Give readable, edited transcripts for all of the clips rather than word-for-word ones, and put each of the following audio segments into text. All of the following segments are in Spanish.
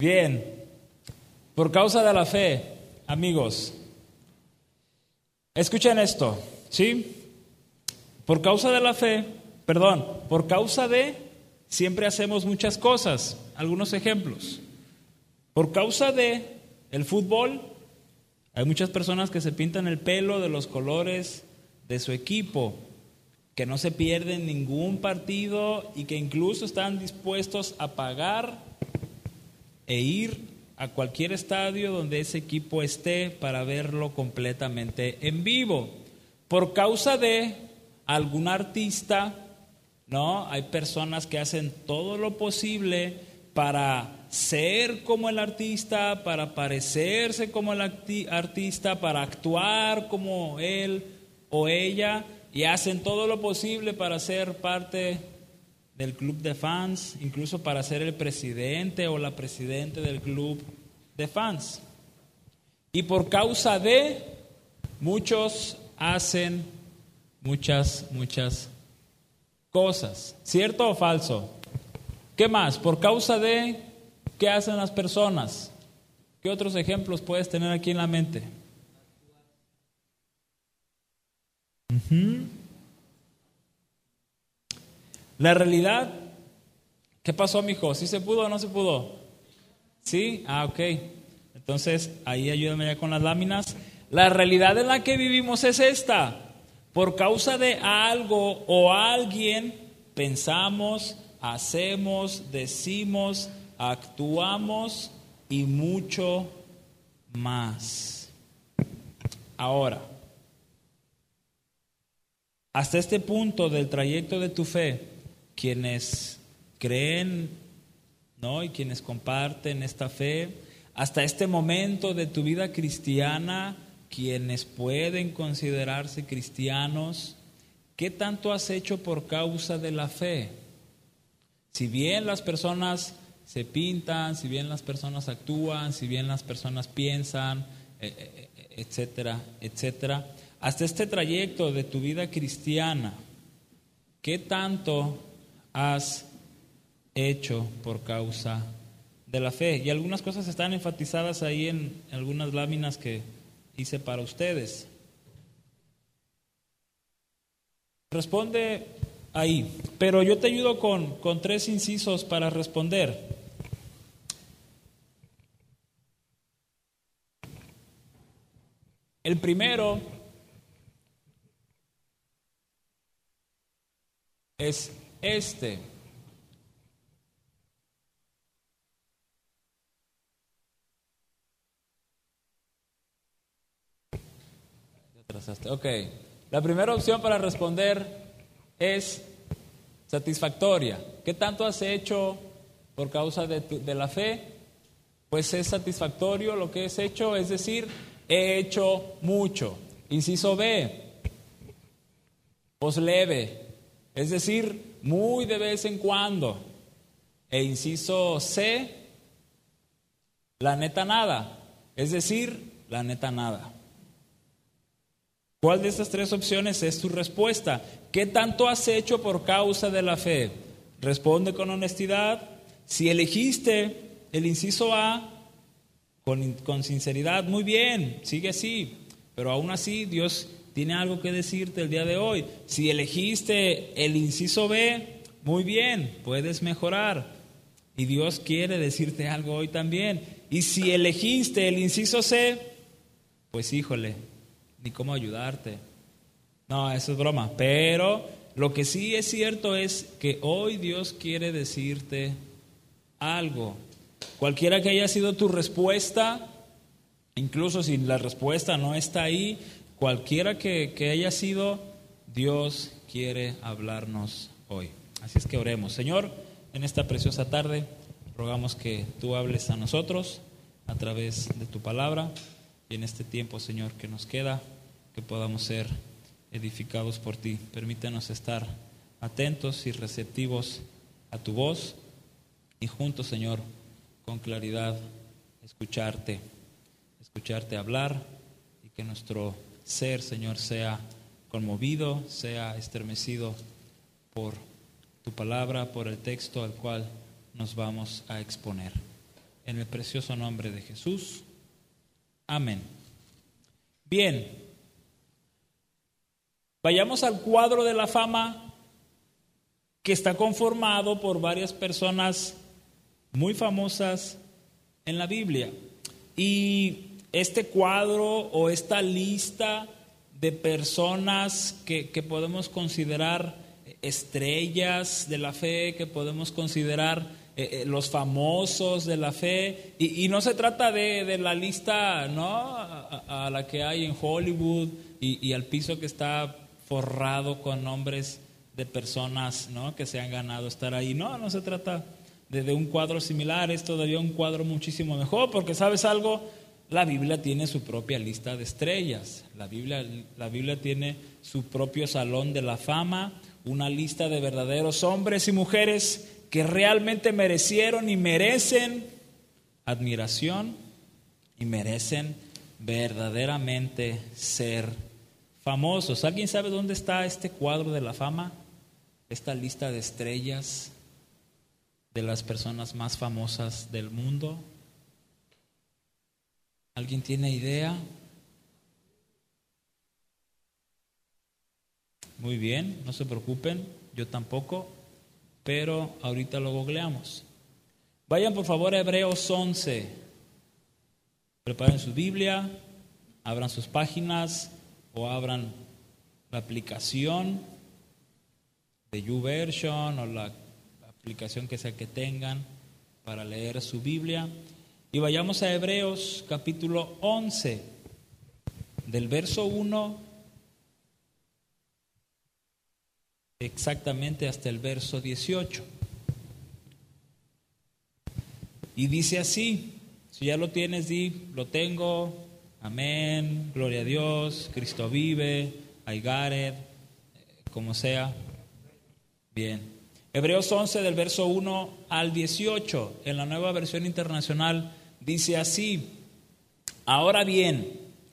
Bien, por causa de la fe, amigos, escuchen esto, ¿sí? Por causa de la fe, por causa de, siempre hacemos muchas cosas. Algunos ejemplos. Por causa de el fútbol, hay muchas personas que se pintan el pelo de los colores de su equipo, que no se pierden ningún partido y que incluso están dispuestos a pagar e ir a cualquier estadio donde ese equipo esté para verlo completamente en vivo. Por causa de algún artista, ¿no? Hay personas que hacen todo lo posible para ser como el artista, para parecerse como el artista, para actuar como él o ella, y hacen todo lo posible para ser parte del club de fans, incluso para ser el presidente o la presidenta del club de fans. Y por causa de, muchos hacen muchas cosas. ¿Cierto o falso? ¿Qué más? Por causa de, ¿qué hacen las personas? ¿Qué otros ejemplos puedes tener aquí en la mente? La realidad, ¿qué pasó, mijo? ¿Sí se pudo o no se pudo? ¿Sí? Ok. Entonces, ahí ayúdame ya con las láminas. La realidad en la que vivimos es esta. Por causa de algo o alguien, pensamos, hacemos, decimos, actuamos y mucho más. Ahora, hasta este punto del trayecto de tu fe, quienes creen, ¿no? Y quienes comparten esta fe, hasta este momento de tu vida cristiana, quienes pueden considerarse cristianos, ¿qué tanto has hecho por causa de la fe? Si bien las personas se pintan, si bien las personas actúan, si bien las personas piensan, etcétera, etcétera, hasta este trayecto de tu vida cristiana, ¿qué tanto has hecho por causa de la fe? Y algunas cosas están enfatizadas ahí en algunas láminas que hice para ustedes. Responde ahí, pero yo te ayudo con 3 incisos para responder. El primero es este. Ok. La primera opción para responder es satisfactoria. ¿Qué tanto has hecho por causa de la fe? Pues es satisfactorio lo que has hecho, es decir, he hecho mucho. Inciso B, pues leve, es decir, muy de vez en cuando. E inciso C, la neta nada, es decir, la neta nada. ¿Cuál de estas 3 opciones es tu respuesta? ¿Qué tanto has hecho por causa de la fe? Responde con honestidad. Si elegiste el inciso A con sinceridad, muy bien, sigue así. Pero aún así Dios tiene algo que decirte el día de hoy. Si elegiste el inciso B, muy bien, puedes mejorar. Y Dios quiere decirte algo hoy también. Y si elegiste el inciso C, pues híjole, ni cómo ayudarte. No, eso es broma. Pero lo que sí es cierto es que hoy Dios quiere decirte algo. Cualquiera que haya sido tu respuesta, incluso si la respuesta no está ahí, cualquiera que haya sido, Dios quiere hablarnos hoy. Así es que oremos. Señor, en esta preciosa tarde, rogamos que tú hables a nosotros a través de tu palabra. Y en este tiempo, Señor, que nos queda, que podamos ser edificados por ti. Permítanos estar atentos y receptivos a tu voz y juntos, Señor, con claridad, escucharte hablar y que nuestro ser, Señor, sea conmovido, sea estremecido por tu palabra, por el texto al cual nos vamos a exponer. en el precioso nombre de Jesús. Amén. Bien, vayamos al cuadro de la fama que está conformado por varias personas muy famosas en la Biblia. Y este cuadro o esta lista de personas que podemos considerar estrellas de la fe, que podemos considerar los famosos de la fe, y no se trata de la lista, ¿no?, a la que hay en Hollywood y al piso que está forrado con nombres de personas, ¿no?, que se han ganado estar ahí. No se trata de un cuadro similar, es todavía un cuadro muchísimo mejor, porque ¿sabes algo? La Biblia tiene su propia lista de estrellas. La Biblia tiene su propio salón de la fama, una lista de verdaderos hombres y mujeres que realmente merecieron y merecen admiración y merecen verdaderamente ser famosos. ¿Alguien sabe dónde está este cuadro de la fama? Esta lista de estrellas de las personas más famosas del mundo. ¿Alguien tiene idea? Muy bien, no se preocupen, yo tampoco, pero ahorita lo googleamos. Vayan por favor a Hebreos 11. Preparen su Biblia, abran sus páginas o abran la aplicación de YouVersion o la aplicación que sea que tengan para leer su Biblia. Y vayamos a Hebreos capítulo 11, del verso 1 exactamente hasta el verso 18. Y dice así, si ya lo tienes, di, lo tengo, amén, gloria a Dios, Cristo vive, I got it, como sea. Bien. Hebreos 11 del verso 1 al 18, en la Nueva Versión Internacional, dice así: ahora bien,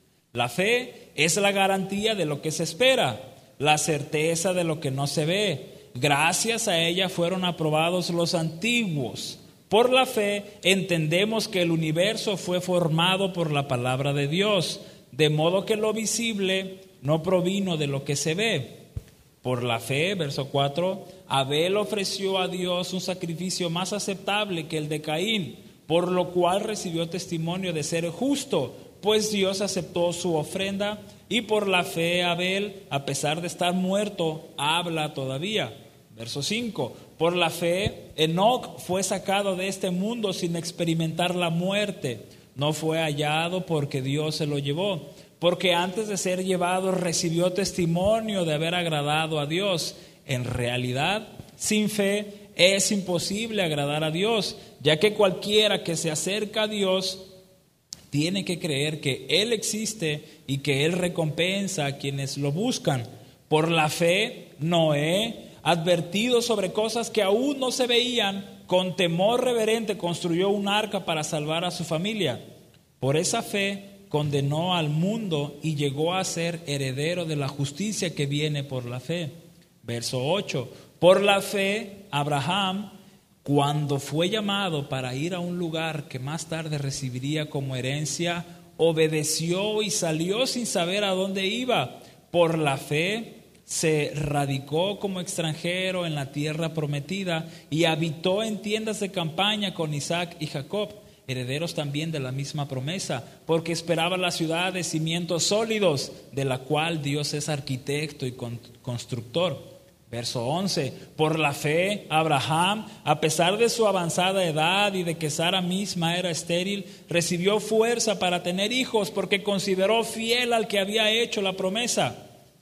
la fe es la garantía de lo que se espera, la certeza de lo que no se ve. Gracias a ella fueron aprobados los antiguos. Por la fe entendemos que el universo fue formado por la palabra de Dios, de modo que lo visible no provino de lo que se ve. Por la fe, verso 4, Abel ofreció a Dios un sacrificio más aceptable que el de Caín, por lo cual recibió testimonio de ser justo, pues Dios aceptó su ofrenda, y por la fe Abel, a pesar de estar muerto, habla todavía. Verso 5, por la fe Enoc fue sacado de este mundo sin experimentar la muerte. No fue hallado porque Dios se lo llevó, porque antes de ser llevado recibió testimonio de haber agradado a Dios. En realidad, sin fe es imposible agradar a Dios, ya que cualquiera que se acerca a Dios tiene que creer que Él existe y que Él recompensa a quienes lo buscan. Por la fe, Noé, advertido sobre cosas que aún no se veían, con temor reverente construyó un arca para salvar a su familia. Por esa fe condenó al mundo y llegó a ser heredero de la justicia que viene por la fe. Verso 8, por la fe, Abraham, cuando fue llamado para ir a un lugar que más tarde recibiría como herencia, obedeció y salió sin saber a dónde iba. Por la fe se radicó como extranjero en la tierra prometida y habitó en tiendas de campaña con Isaac y Jacob, herederos también de la misma promesa, porque esperaba la ciudad de cimientos sólidos, de la cual Dios es arquitecto y constructor. Verso 11, por la fe, Abraham, a pesar de su avanzada edad y de que Sara misma era estéril, recibió fuerza para tener hijos porque consideró fiel al que había hecho la promesa.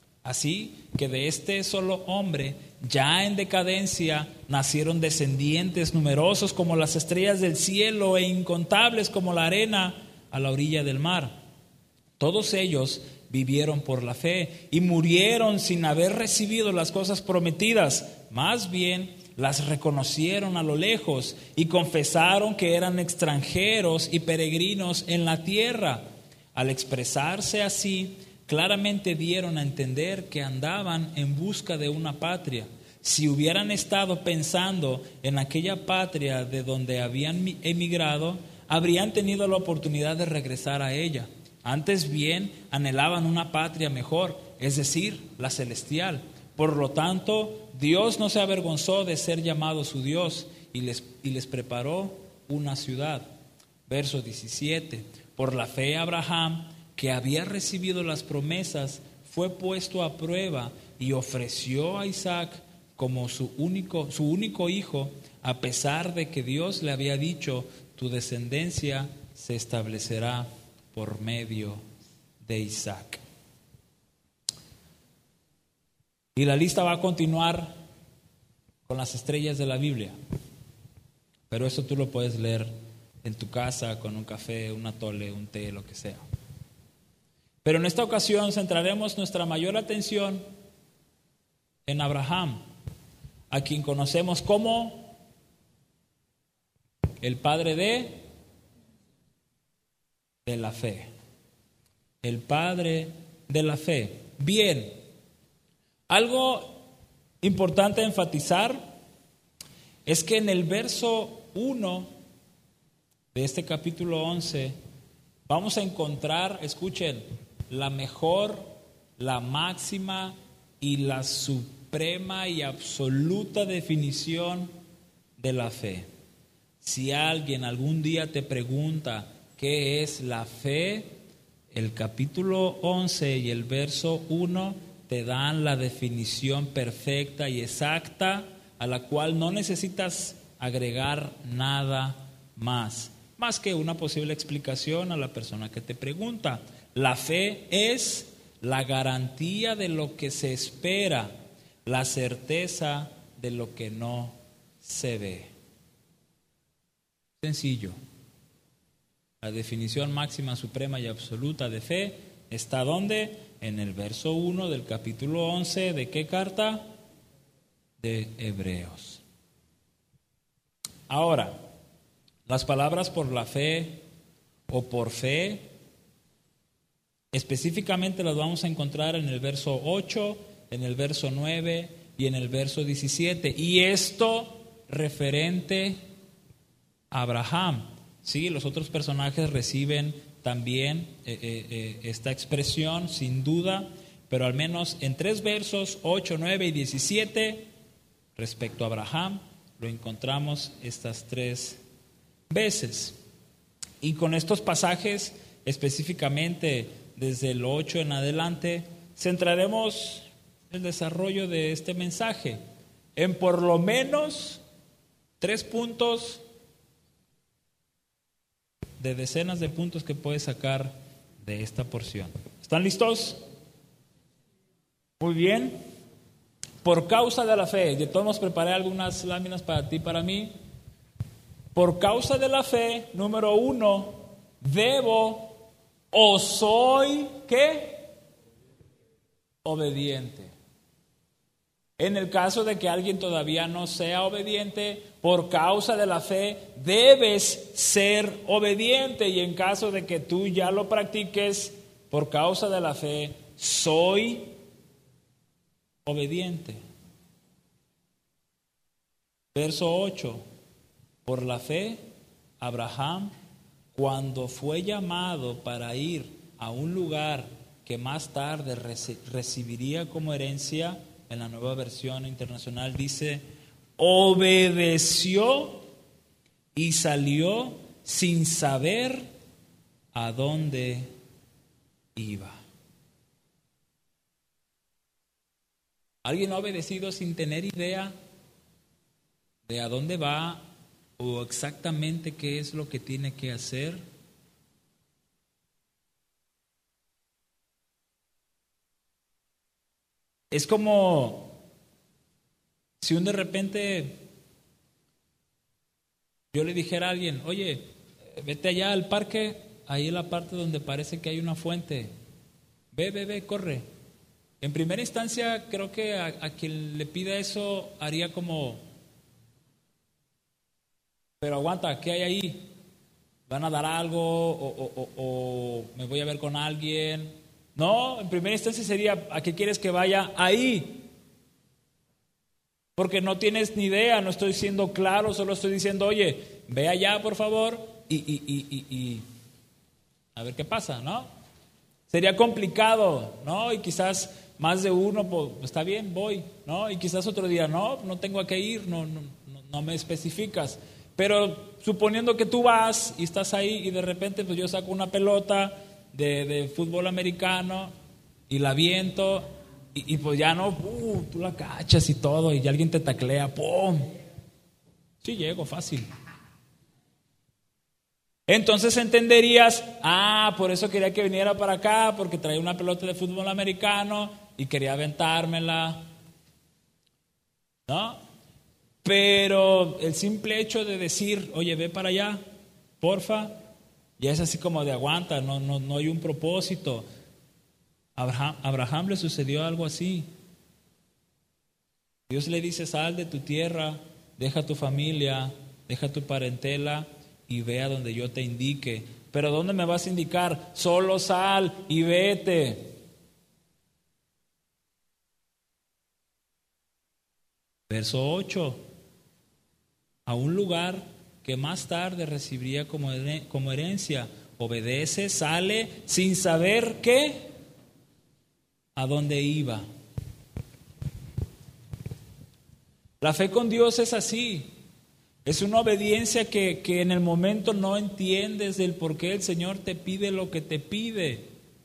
Así que de este solo hombre, ya en decadencia, nacieron descendientes numerosos como las estrellas del cielo e incontables como la arena a la orilla del mar. Todos ellos vivieron por la fe y murieron sin haber recibido las cosas prometidas. Más bien las reconocieron a lo lejos y confesaron que eran extranjeros y peregrinos en la tierra. Al expresarse así, claramente dieron a entender que andaban en busca de una patria. Si hubieran estado pensando en aquella patria de donde habían emigrado, habrían tenido la oportunidad de regresar a ella. Antes bien, anhelaban una patria mejor, es decir, la celestial. Por lo tanto, Dios no se avergonzó de ser llamado su Dios y les preparó una ciudad. Verso 17. Por la fe Abraham, que había recibido las promesas, fue puesto a prueba y ofreció a Isaac como su único hijo, a pesar de que Dios le había dicho: tu descendencia se establecerá por medio de Isaac. Y la lista va a continuar con las estrellas de la Biblia, pero eso tú lo puedes leer en tu casa con un café, un atole, un té, lo que sea. Pero en esta ocasión centraremos nuestra mayor atención en Abraham, a quien conocemos como el padre de la fe. El padre de la fe. Bien, algo importante a enfatizar es que en el verso 1 de este capítulo 11 vamos a encontrar, escuchen, la mejor, la máxima y la suprema y absoluta definición de la fe. Si alguien algún día te pregunta qué es la fe, el capítulo 11 y el verso 1 te dan la definición perfecta y exacta, a la cual no necesitas agregar nada más que una posible explicación a la persona que te pregunta. La fe es la garantía de lo que se espera, la certeza de lo que no se ve. Sencillo. La definición máxima, suprema y absoluta de fe está ¿dónde? En el verso 1 del capítulo 11. ¿De qué carta? De Hebreos. Ahora, las palabras por la fe o por fe, específicamente las vamos a encontrar en el verso 8, en el verso 9 y en el verso 17. Y esto referente a Abraham. Sí, los otros personajes reciben también esta expresión, sin duda, pero al menos en 3 versos, 8, 9 y 17, respecto a Abraham, lo encontramos estas 3 veces. Y con estos pasajes, específicamente desde el 8 en adelante, centraremos el desarrollo de este mensaje en por lo menos 3 puntos de decenas de puntos que puedes sacar de esta porción. ¿Están listos? Muy bien. Por causa de la fe, de todos modos preparé algunas láminas para ti y para mí. Por causa de la fe, número 1, debo o soy, ¿qué? Obediente. En el caso de que alguien todavía no sea obediente, por causa de la fe, debes ser obediente. Y en caso de que tú ya lo practiques, por causa de la fe, soy obediente. Verso 8. Por la fe, Abraham, cuando fue llamado para ir a un lugar que más tarde recibiría como herencia, en la Nueva Versión Internacional dice, obedeció y salió sin saber a dónde iba. ¿Alguien ha obedecido sin tener idea de a dónde va o exactamente qué es lo que tiene que hacer? Es como si de repente yo le dijera a alguien, oye, vete allá al parque, ahí en la parte donde parece que hay una fuente, ve, corre. En primera instancia creo que a quien le pida eso haría como, pero aguanta, ¿qué hay ahí? ¿Van a dar algo o me voy a ver con alguien? No, en primera instancia sería, ¿a qué quieres que vaya ahí? Porque no tienes ni idea, no estoy siendo claro, solo estoy diciendo, oye, ve allá por favor, y a ver qué pasa, ¿no? Sería complicado, ¿no? Y quizás más de uno, pues está bien, voy, ¿no? Y quizás otro día, no tengo a qué ir, no me especificas. Pero suponiendo que tú vas y estás ahí y de repente pues yo saco una pelota de fútbol americano y la aviento y pues ya no, tú la cachas y todo y ya alguien te taclea, ¡pum! Sí llego, fácil. Entonces entenderías, por eso quería que viniera para acá, porque traía una pelota de fútbol americano y quería aventármela, ¿no? Pero el simple hecho de decir, oye, ve para allá, porfa, ya es así como de aguanta, no hay un propósito. A Abraham le sucedió algo así. Dios le dice, sal de tu tierra, deja tu familia, deja tu parentela y ve a donde yo te indique. ¿Pero dónde me vas a indicar? Solo sal y vete. Verso 8. A un lugar que más tarde recibiría como herencia. Obedece, sale sin saber qué, a dónde iba. La fe con Dios es así. Es una obediencia que en el momento no entiendes del por qué el Señor te pide lo que te pide.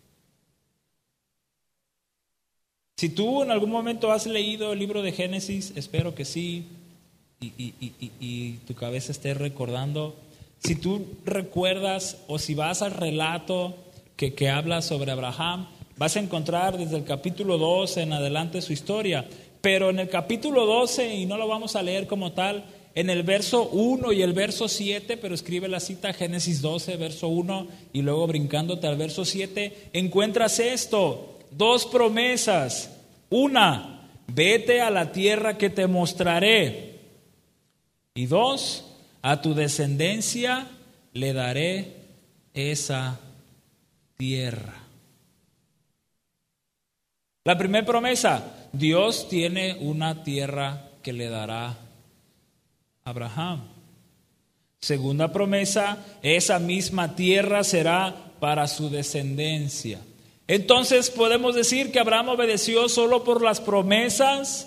Si tú en algún momento has leído el libro de Génesis, espero que sí, y tu cabeza esté recordando, si tú recuerdas o si vas al relato que habla sobre Abraham, vas a encontrar desde el capítulo 12 en adelante su historia. Pero en el capítulo 12, y no lo vamos a leer como tal, en el verso 1 y el verso 7, pero escribe la cita Génesis 12, verso 1, y luego brincándote al verso 7, encuentras esto, 2 promesas. Una, vete a la tierra que te mostraré. Y 2, a tu descendencia le daré esa tierra. La primera promesa, Dios tiene una tierra que le dará a Abraham. Segunda promesa, esa misma tierra será para su descendencia. Entonces, ¿podemos decir que Abraham obedeció solo por las promesas?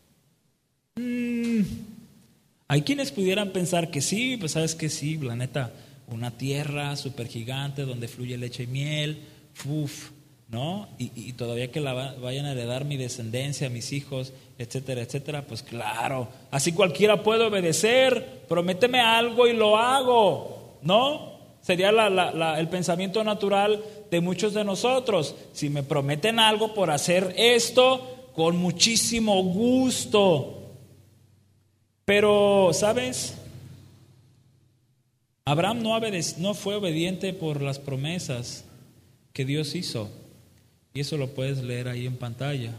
Hay quienes pudieran pensar que sí, pues sabes que sí, la neta, una tierra súper gigante donde fluye leche y miel, ¿no? Y todavía que la vayan a heredar mi descendencia, mis hijos, etcétera, etcétera, pues claro, así cualquiera puede obedecer, prométeme algo y lo hago, ¿no? Sería el pensamiento natural de muchos de nosotros. Si me prometen algo por hacer esto, con muchísimo gusto. Pero, ¿sabes? Abraham no fue obediente por las promesas que Dios hizo. Y eso lo puedes leer ahí en pantalla.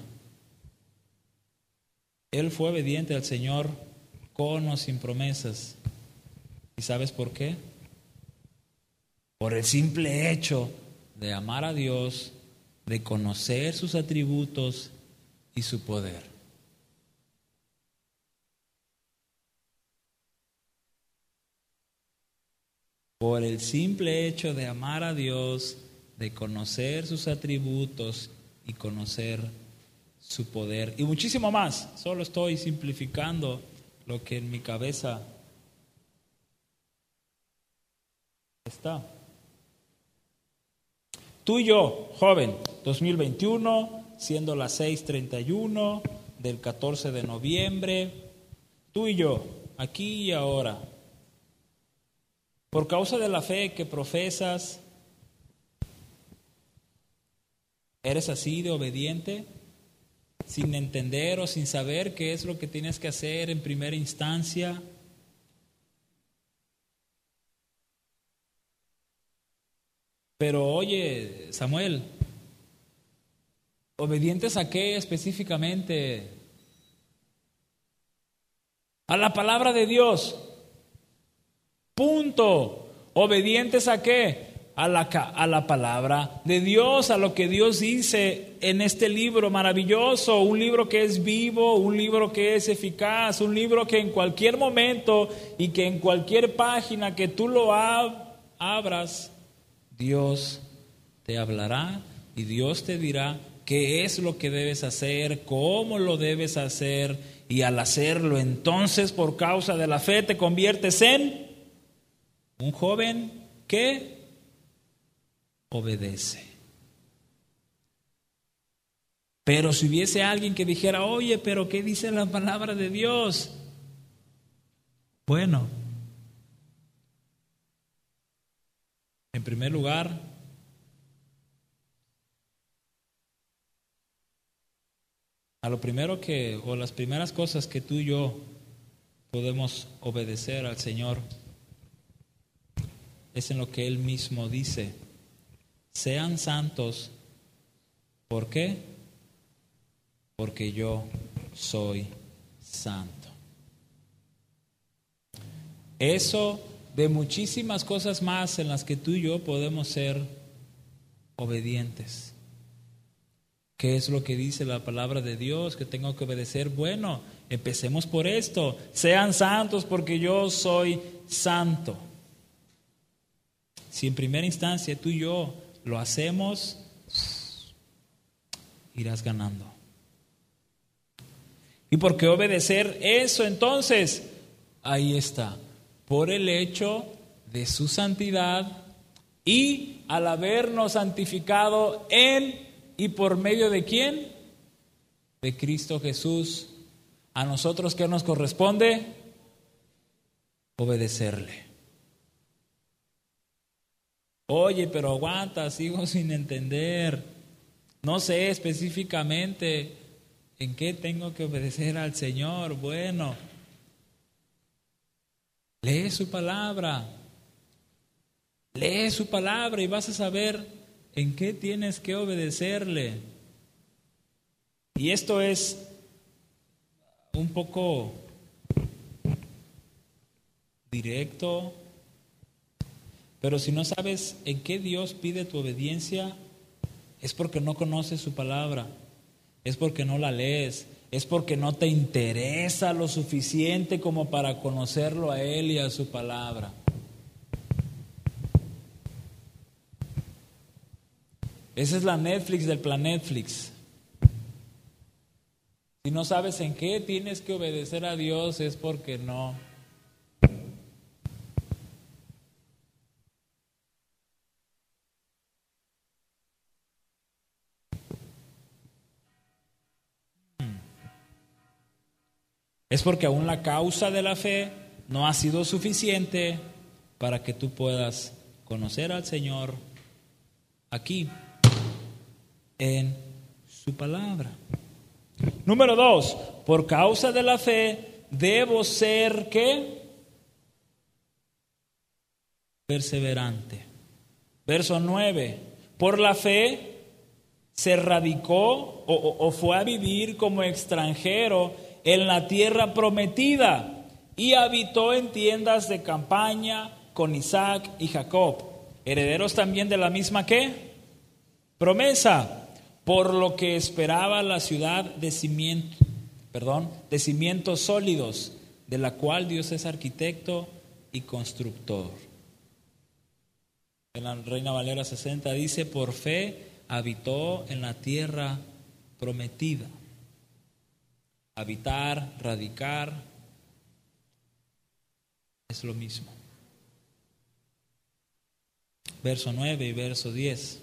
Él fue obediente al Señor con o sin promesas. ¿Y sabes por qué? Por el simple hecho de amar a Dios, de conocer sus atributos y su poder. Por el simple hecho de amar a Dios, de conocer sus atributos y conocer su poder. Y muchísimo más. Solo estoy simplificando lo que en mi cabeza está. Tú y yo, joven, 2021, siendo las 6:31 del 14 de noviembre, tú y yo, aquí y ahora, por causa de la fe que profesas, ¿eres así de obediente? Sin entender o sin saber qué es lo que tienes que hacer en primera instancia. Pero oye, Samuel, ¿obedientes a qué específicamente? A la palabra de Dios. Punto. ¿Obedientes a qué? A la palabra de Dios, a lo que Dios dice en este libro maravilloso, un libro que es vivo, un libro que es eficaz, un libro que en cualquier momento y que en cualquier página que tú lo abras, Dios te hablará y Dios te dirá qué es lo que debes hacer, cómo lo debes hacer, y al hacerlo entonces por causa de la fe te conviertes en un joven que obedece. Pero si hubiese alguien que dijera, oye, pero ¿qué dice la palabra de Dios? Bueno, en primer lugar, las primeras cosas que tú y yo podemos obedecer al Señor es en lo que Él mismo dice: sean santos. ¿Por qué? Porque yo soy santo. Eso de muchísimas cosas más en las que tú y yo podemos ser obedientes. ¿Qué es lo que dice la palabra de Dios que tengo que obedecer? Bueno, empecemos por esto: sean santos porque yo soy santo. Si en primera instancia tú y yo lo hacemos, irás ganando. ¿Y por qué obedecer eso entonces? Ahí está, por el hecho de su santidad y al habernos santificado en y por medio de ¿quién? De Cristo Jesús. ¿A nosotros qué nos corresponde? Obedecerle. Oye, pero aguanta, sigo sin entender. No sé específicamente en qué tengo que obedecer al Señor. Bueno, lee su palabra. Lee su palabra y vas a saber en qué tienes que obedecerle. Y esto es un poco directo, pero si no sabes en qué Dios pide tu obediencia, es porque no conoces su palabra, es porque no la lees, es porque no te interesa lo suficiente como para conocerlo a Él y a su palabra. Esa es la Netflix del plan Netflix. Si no sabes en qué tienes que obedecer a Dios, es porque no. Es porque aún la causa de la fe no ha sido suficiente para que tú puedas conocer al Señor aquí en su palabra. Número 2, por causa de la fe debo ser ¿qué? Perseverante. Verso 9, por la fe se radicó o fue a vivir como extranjero en la tierra prometida y habitó en tiendas de campaña con Isaac y Jacob, herederos también de la misma ¿qué? Promesa, por lo que esperaba la ciudad de cimientos sólidos, de la cual Dios es arquitecto y constructor. En la Reina Valera 60 dice: por fe habitó en la tierra prometida. Habitar, radicar, es lo mismo. Verso 9 y verso 10.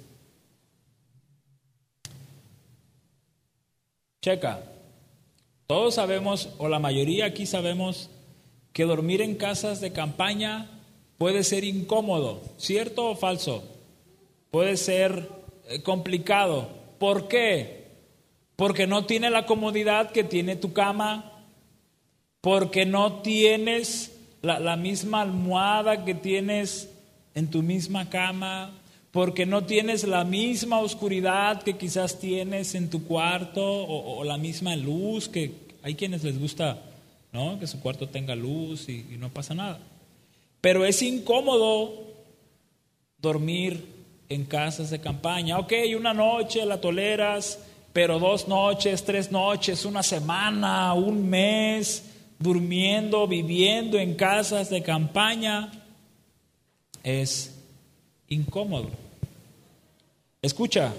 Checa, todos sabemos, o la mayoría aquí sabemos, que dormir en casas de campaña puede ser incómodo, ¿cierto o falso? Puede ser complicado. ¿Por qué? Porque no tiene la comodidad que tiene tu cama, porque no tienes la misma almohada que tienes en tu misma cama, porque no tienes la misma oscuridad que quizás tienes en tu cuarto o la misma luz, que hay quienes les gusta, ¿no?, que su cuarto tenga luz y no pasa nada. Pero es incómodo dormir en casas de campaña. Ok, una noche la toleras, pero 2 noches, 3 noches, una semana, un mes, durmiendo, viviendo en casas de campaña, es incómodo. Escucha,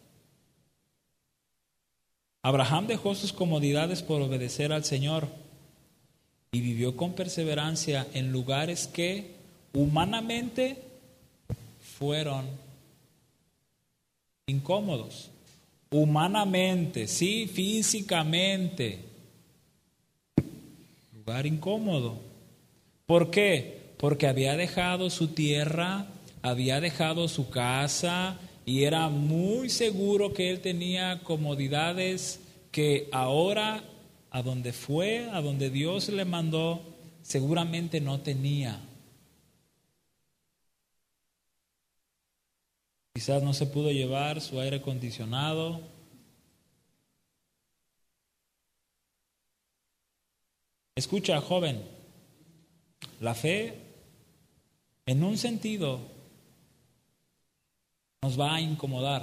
Abraham dejó sus comodidades por obedecer al Señor y vivió con perseverancia en lugares que humanamente fueron incómodos. Humanamente, sí, físicamente. Lugar incómodo. ¿Por qué? Porque había dejado su tierra, había dejado su casa y era muy seguro que él tenía comodidades que ahora, a donde fue, a donde Dios le mandó, seguramente no tenía. Quizás no se pudo llevar su aire acondicionado. Escucha, joven, la fe, en un sentido, nos va a incomodar.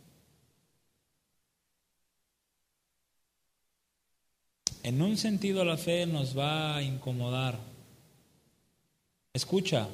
En un sentido, la fe nos va a incomodar. Escucha,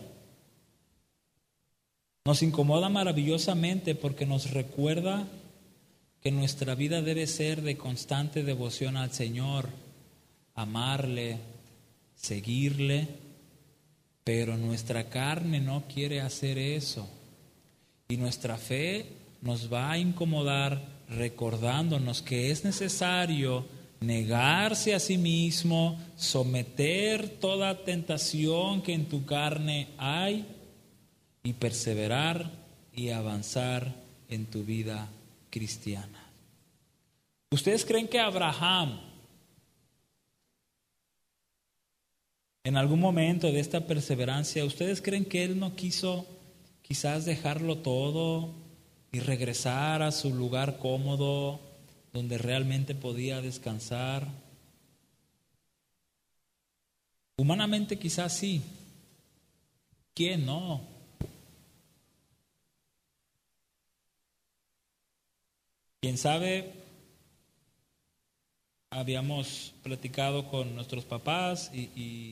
nos incomoda maravillosamente porque nos recuerda que nuestra vida debe ser de constante devoción al Señor, amarle, seguirle, pero nuestra carne no quiere hacer eso. Y nuestra fe nos va a incomodar recordándonos que es necesario negarse a sí mismo, someter toda tentación que en tu carne hay y perseverar y avanzar en tu vida cristiana. ¿Ustedes creen que Abraham, en algún momento de esta perseverancia, ustedes creen que él no quiso quizás dejarlo todo y regresar a su lugar cómodo donde realmente podía descansar? Humanamente quizás sí. ¿Quién no? ¿Quién sabe? Habíamos platicado con nuestros papás y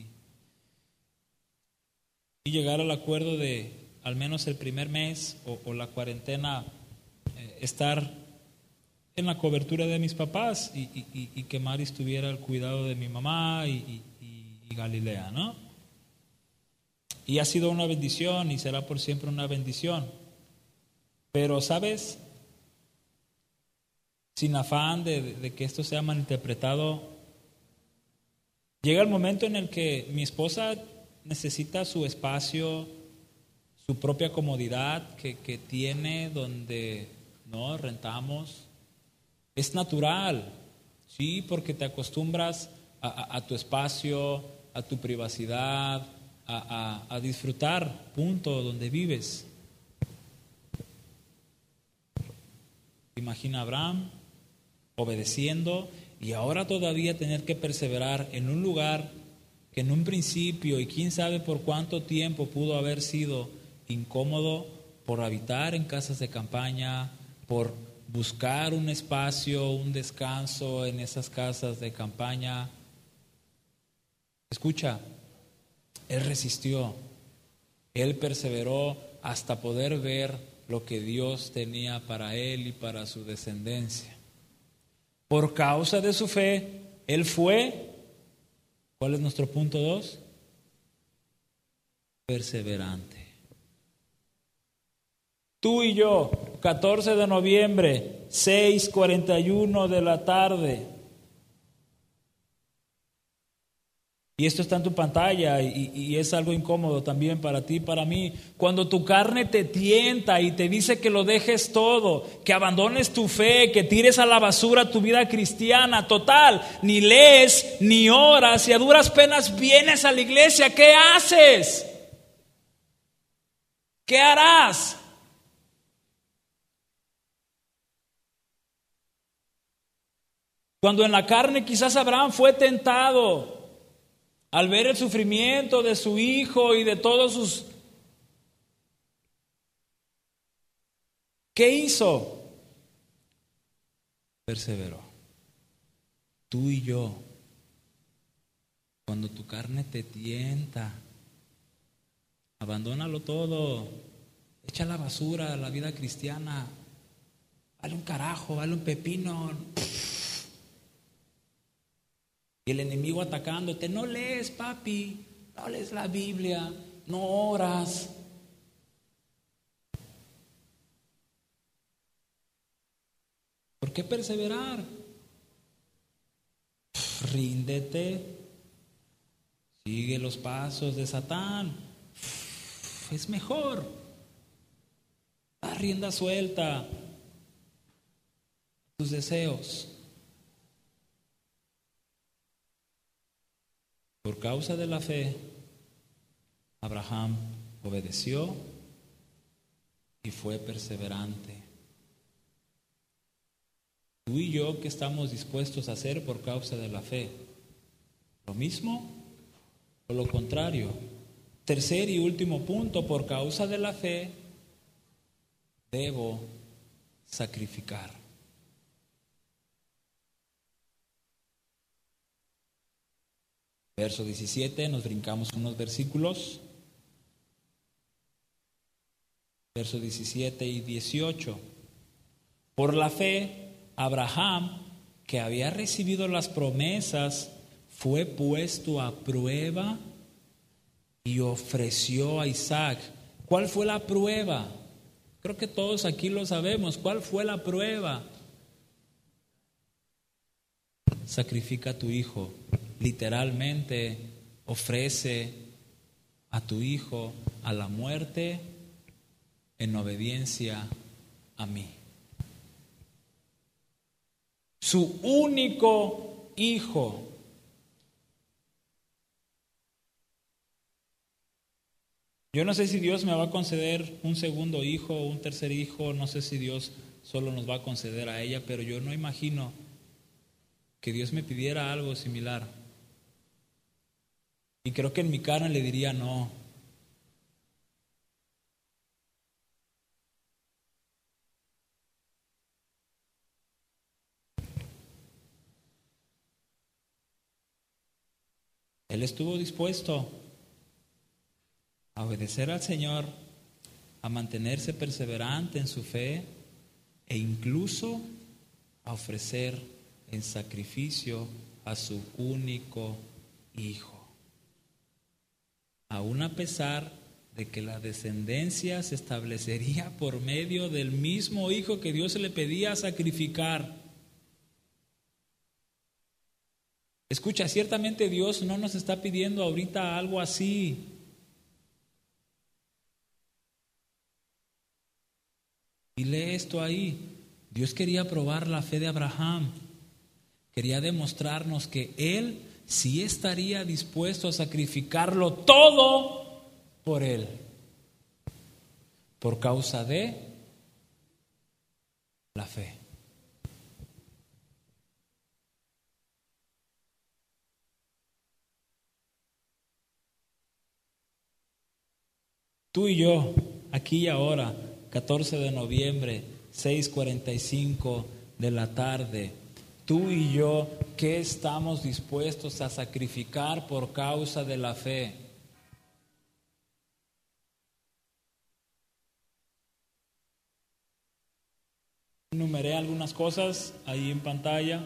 llegar al acuerdo de al menos el primer mes o la cuarentena estar en la cobertura de mis papás y que Maris tuviera el cuidado de mi mamá y Galilea, ¿no? Y ha sido una bendición y será por siempre una bendición. Pero, ¿sabes? Sin afán de que esto sea malinterpretado, llega el momento en el que mi esposa necesita su espacio, su propia comodidad que tiene donde no rentamos. Es natural, sí, porque te acostumbras a tu espacio, a tu privacidad, a disfrutar, punto, donde vives. Imagina a Abraham obedeciendo y ahora todavía tener que perseverar en un lugar que en un principio y quién sabe por cuánto tiempo pudo haber sido incómodo por habitar en casas de campaña, por buscar un espacio, un descanso en esas casas de campaña. Escucha, él resistió, él perseveró hasta poder ver lo que Dios tenía para él y para su descendencia. Por causa de su fe, él fue, ¿cuál es nuestro punto 2? Perseverante. Tú y yo, 14 de noviembre, 6:41 de la tarde. Y esto está en tu pantalla y es algo incómodo también para ti y para mí. Cuando tu carne te tienta y te dice que lo dejes todo, que abandones tu fe, que tires a la basura tu vida cristiana, total, ni lees, ni oras y a duras penas vienes a la iglesia, ¿qué haces? ¿Qué harás? Cuando en la carne quizás Abraham fue tentado al ver el sufrimiento de su hijo y de todos sus... ¿Qué hizo? Perseveró. Tú y yo, cuando tu carne te tienta, abandónalo todo, Echa la basura a la vida cristiana. Vale un carajo, vale un pepino. Y el enemigo atacándote. No lees, papi. No lees la Biblia. No oras. ¿Por qué perseverar? Ríndete. Sigue los pasos de Satán. Es mejor. Da rienda suelta a tus deseos. Por causa de la fe, Abraham obedeció y fue perseverante. Tú y yo, ¿qué estamos dispuestos a hacer por causa de la fe? ¿Lo mismo o lo contrario? Tercer y último punto, por causa de la fe, debo sacrificar. Verso 17, nos brincamos unos versículos. Verso 17 y 18. Por la fe, Abraham, que había recibido las promesas, fue puesto a prueba y ofreció a Isaac. ¿Cuál fue la prueba? Creo que todos aquí lo sabemos. ¿Cuál fue la prueba? Sacrifica a tu hijo. Literalmente ofrece a tu hijo a la muerte en obediencia a mí. Su único hijo. Yo no sé si Dios me va a conceder un segundo hijo o un tercer hijo, no sé si Dios solo nos va a conceder a ella, pero yo no imagino que Dios me pidiera algo similar. Y creo que en mi carne le diría no. Él estuvo dispuesto a obedecer al Señor, a mantenerse perseverante en su fe e incluso a ofrecer en sacrificio a su único hijo. Aún a pesar de que la descendencia se establecería por medio del mismo hijo que Dios le pedía sacrificar. Escucha, ciertamente Dios no nos está pidiendo ahorita algo así. Y lee esto ahí. Dios quería probar la fe de Abraham. Quería demostrarnos que él sí estaría dispuesto a sacrificarlo todo por él. Por causa de la fe. Tú y yo, aquí y ahora, 14 de noviembre, 6:45 de la tarde, tú y yo, ¿qué estamos dispuestos a sacrificar por causa de la fe? Enumeré algunas cosas ahí en pantalla.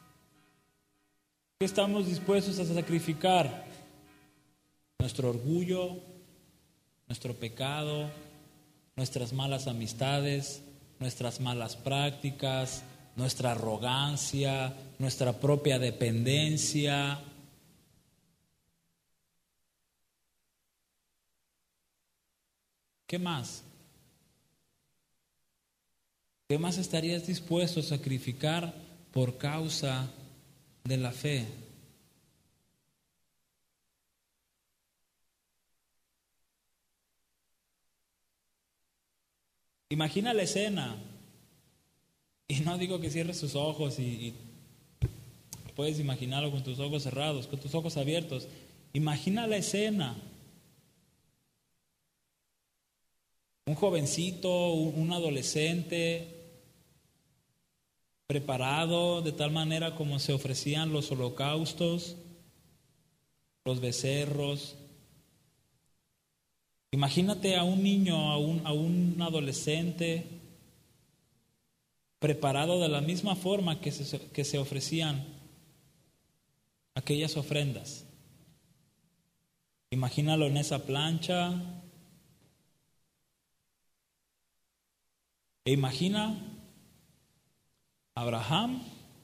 ¿Qué estamos dispuestos a sacrificar? Nuestro orgullo, nuestro pecado, nuestras malas amistades, nuestras malas prácticas, nuestra arrogancia, nuestra propia dependencia. ¿Qué más? ¿Qué más estarías dispuesto a sacrificar por causa de la fe? Imagina la escena. Y no digo que cierres tus ojos y puedes imaginarlo con tus ojos cerrados, con tus ojos abiertos. Imagina la escena. Un jovencito, un adolescente, preparado de tal manera como se ofrecían los holocaustos, los becerros, Imagínate a un niño, a un adolescente preparado de la misma forma que se ofrecían aquellas ofrendas. Imagínalo en esa plancha. E imagina a Abraham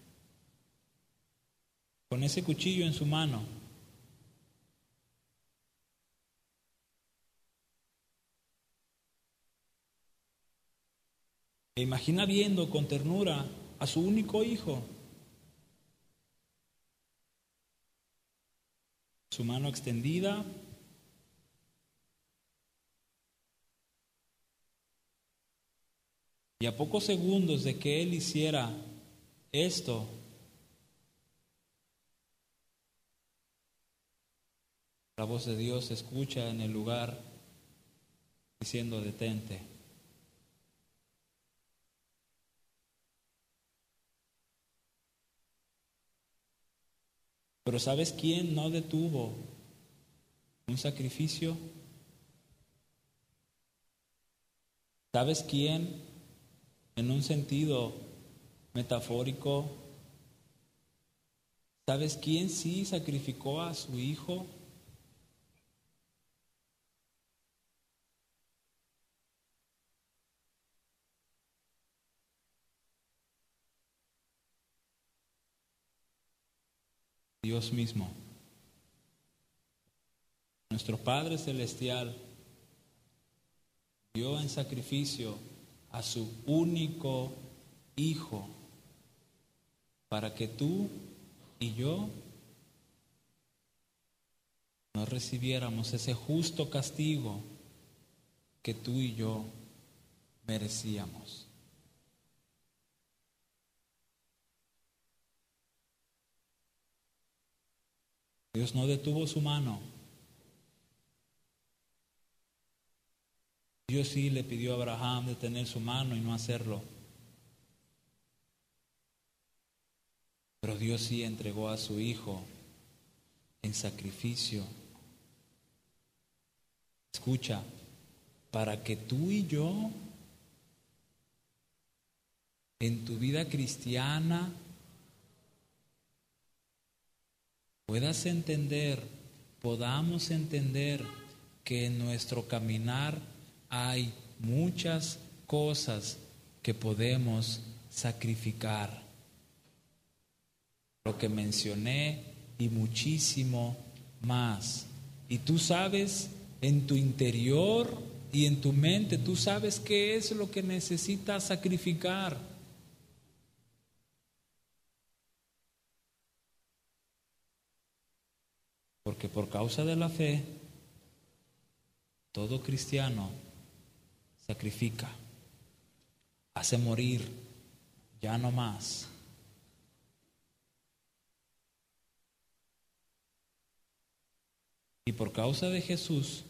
con ese cuchillo en su mano. E imagina viendo con ternura a su único hijo, su mano extendida, y a pocos segundos de que él hiciera esto, la voz de Dios se escucha en el lugar diciendo: detente. Pero ¿sabes quién no detuvo un sacrificio? ¿Sabes quién, en un sentido metafórico, sabes quién sí sacrificó a su hijo? Dios mismo. Nuestro Padre Celestial dio en sacrificio a su único Hijo para que tú y yo no recibiéramos ese justo castigo que tú y yo merecíamos. Dios no detuvo su mano. Dios sí le pidió a Abraham detener su mano y no hacerlo. Pero Dios sí entregó a su hijo en sacrificio. Escucha, para que tú y yo en tu vida cristiana podamos entender que en nuestro caminar hay muchas cosas que podemos sacrificar. Lo que mencioné y muchísimo más. Y tú sabes, en tu interior y en tu mente, tú sabes qué es lo que necesitas sacrificar. Porque por causa de la fe, todo cristiano sacrifica, hace morir, ya no más. Y por causa de Jesús,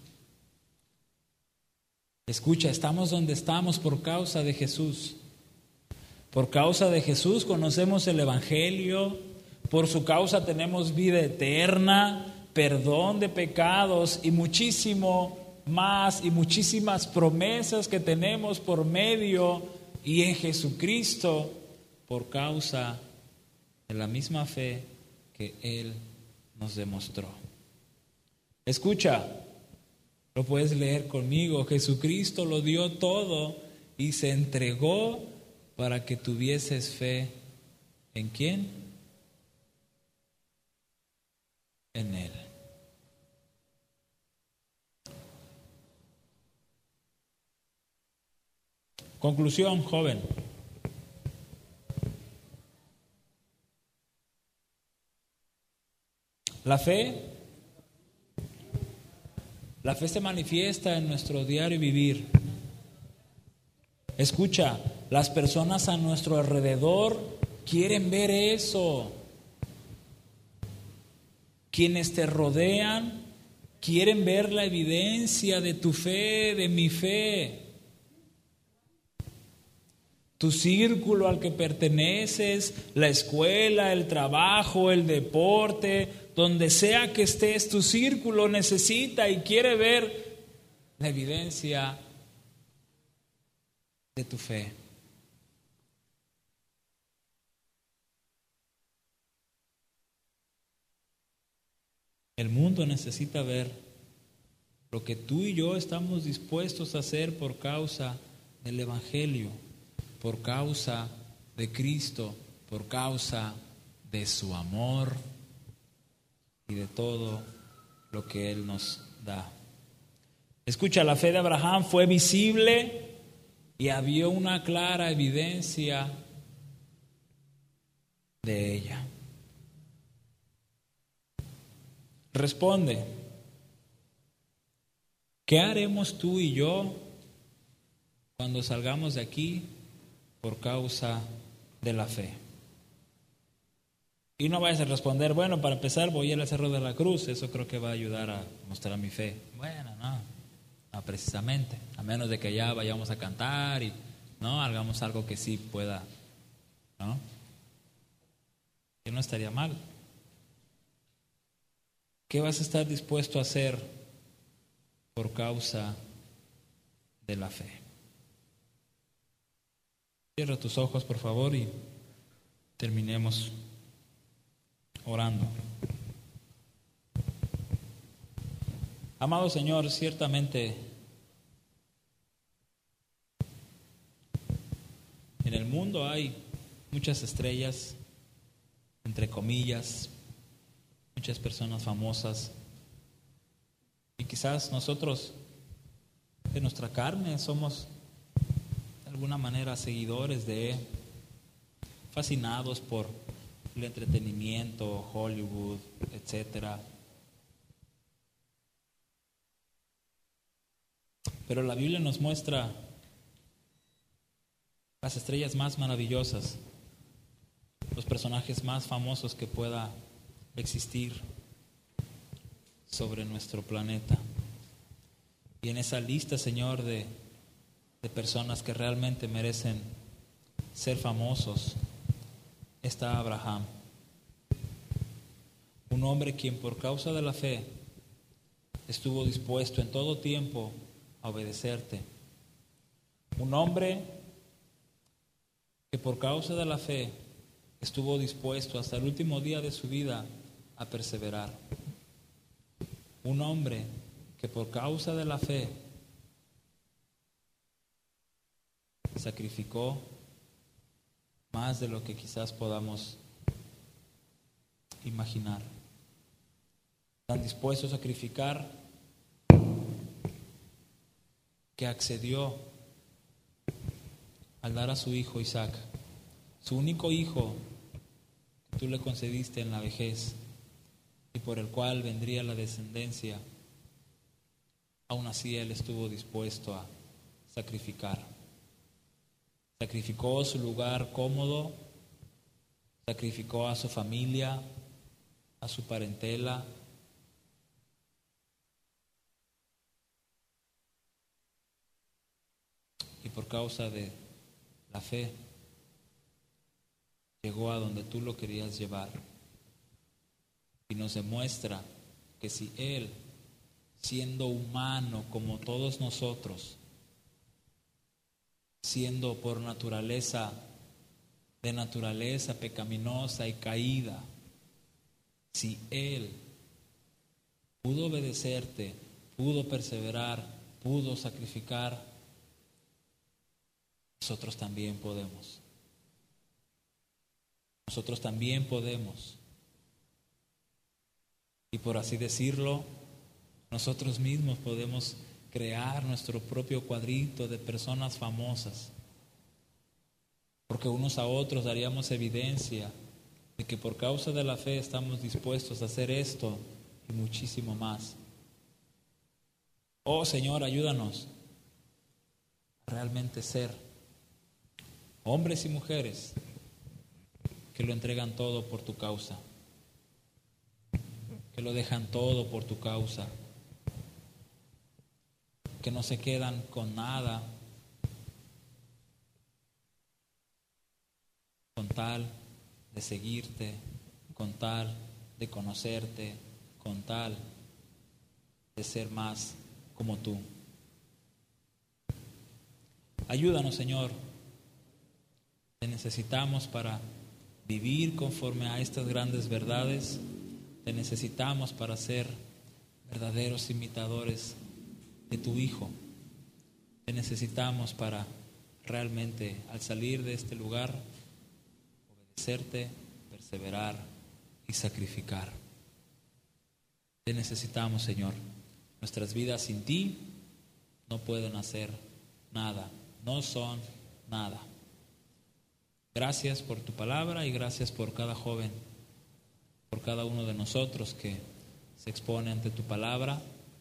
escucha, estamos donde estamos por causa de Jesús. Por causa de Jesús conocemos el Evangelio, por su causa tenemos vida eterna, perdón de pecados y muchísimo más y muchísimas promesas que tenemos por medio y en Jesucristo por causa de la misma fe que Él nos demostró. Escucha, lo puedes leer conmigo. Jesucristo lo dio todo y se entregó para que tuvieses fe. ¿En quién? En Él. Conclusión, joven. La fe se manifiesta en nuestro diario vivir. Escucha, las personas a nuestro alrededor quieren ver eso. Quienes te rodean quieren ver la evidencia de tu fe, de mi fe. Tu círculo al que perteneces, la escuela, el trabajo, el deporte, donde sea que estés, tu círculo necesita y quiere ver la evidencia de tu fe. El mundo necesita ver lo que tú y yo estamos dispuestos a hacer por causa del Evangelio, por causa de Cristo, por causa de su amor y de todo lo que Él nos da. Escucha, la fe de Abraham fue visible y había una clara evidencia de ella. Responde, ¿qué haremos tú y yo cuando salgamos de aquí por causa de la fe? Y no vayas a responder, bueno, para empezar voy a ir al Cerro de la Cruz, eso creo que va a ayudar a mostrar mi fe. Bueno, no precisamente, a menos de que ya vayamos a cantar y no hagamos algo que sí pueda, ¿no? Que no estaría mal. ¿Qué vas a estar dispuesto a hacer por causa de la fe? Cierra tus ojos, por favor, y terminemos orando. Amado Señor, ciertamente en el mundo hay muchas estrellas, entre comillas, muchas personas famosas, y quizás nosotros de nuestra carne somos de alguna manera seguidores de, fascinados por el entretenimiento, Hollywood, etcétera. Pero la Biblia nos muestra las estrellas más maravillosas, los personajes más famosos que pueda existir sobre nuestro planeta. Y en esa lista, Señor, de personas que realmente merecen ser famosos, está Abraham, un hombre quien por causa de la fe estuvo dispuesto en todo tiempo a obedecerte. Un hombre que por causa de la fe estuvo dispuesto hasta el último día de su vida a perseverar. Un hombre que por causa de la fe sacrificó más de lo que quizás podamos imaginar. Tan dispuesto a sacrificar que accedió al dar a su hijo Isaac, su único hijo que tú le concediste en la vejez y por el cual vendría la descendencia. Aún así él estuvo dispuesto a sacrificar. Sacrificó su lugar cómodo, sacrificó a su familia, a su parentela. Y por causa de la fe, llegó a donde tú lo querías llevar. Y nos demuestra que si Él, siendo humano como todos nosotros, siendo por naturaleza, de naturaleza pecaminosa y caída, si Él pudo obedecerte, pudo perseverar, pudo sacrificar, nosotros también podemos. Nosotros también podemos. Y por así decirlo, nosotros mismos podemos crear nuestro propio cuadrito de personas famosas, porque unos a otros daríamos evidencia de que por causa de la fe estamos dispuestos a hacer esto y muchísimo más. Oh Señor, ayúdanos a realmente ser hombres y mujeres que lo entregan todo por tu causa, que lo dejan todo por tu causa, que no se quedan con nada con tal de seguirte, con tal de conocerte, con tal de ser más como tú. Ayúdanos, Señor. Te necesitamos para vivir conforme a estas grandes verdades. Te necesitamos para ser verdaderos imitadores de tu Hijo. Te necesitamos para realmente, al salir de este lugar, obedecerte, perseverar y sacrificar. Te necesitamos, Señor. Nuestras vidas sin ti no pueden hacer nada, no son nada. Gracias por tu palabra y gracias por cada joven, por cada uno de nosotros que se expone ante tu palabra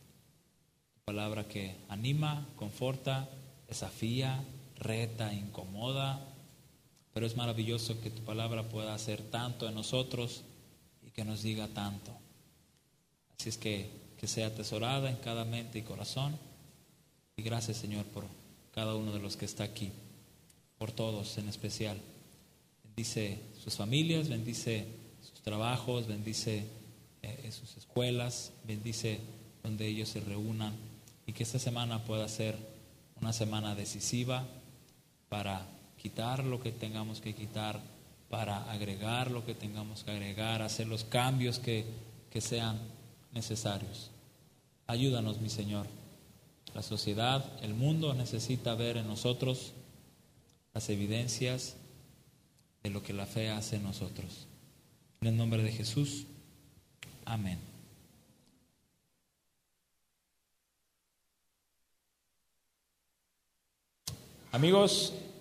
que anima, conforta, desafía, reta, incomoda, pero es maravilloso que tu palabra pueda hacer tanto en nosotros y que nos diga tanto. Así es que sea atesorada en cada mente y corazón. Y gracias, Señor, por cada uno de los que está aquí, por todos en especial. Bendice sus familias, bendice sus trabajos, bendice sus escuelas, bendice donde ellos se reúnan, y que esta semana pueda ser una semana decisiva para quitar lo que tengamos que quitar, para agregar lo que tengamos que agregar, hacer los cambios que sean necesarios. Ayúdanos, mi Señor. La sociedad, el mundo necesita ver en nosotros las evidencias de lo que la fe hace en nosotros. En el nombre de Jesús. Amén. Amigos,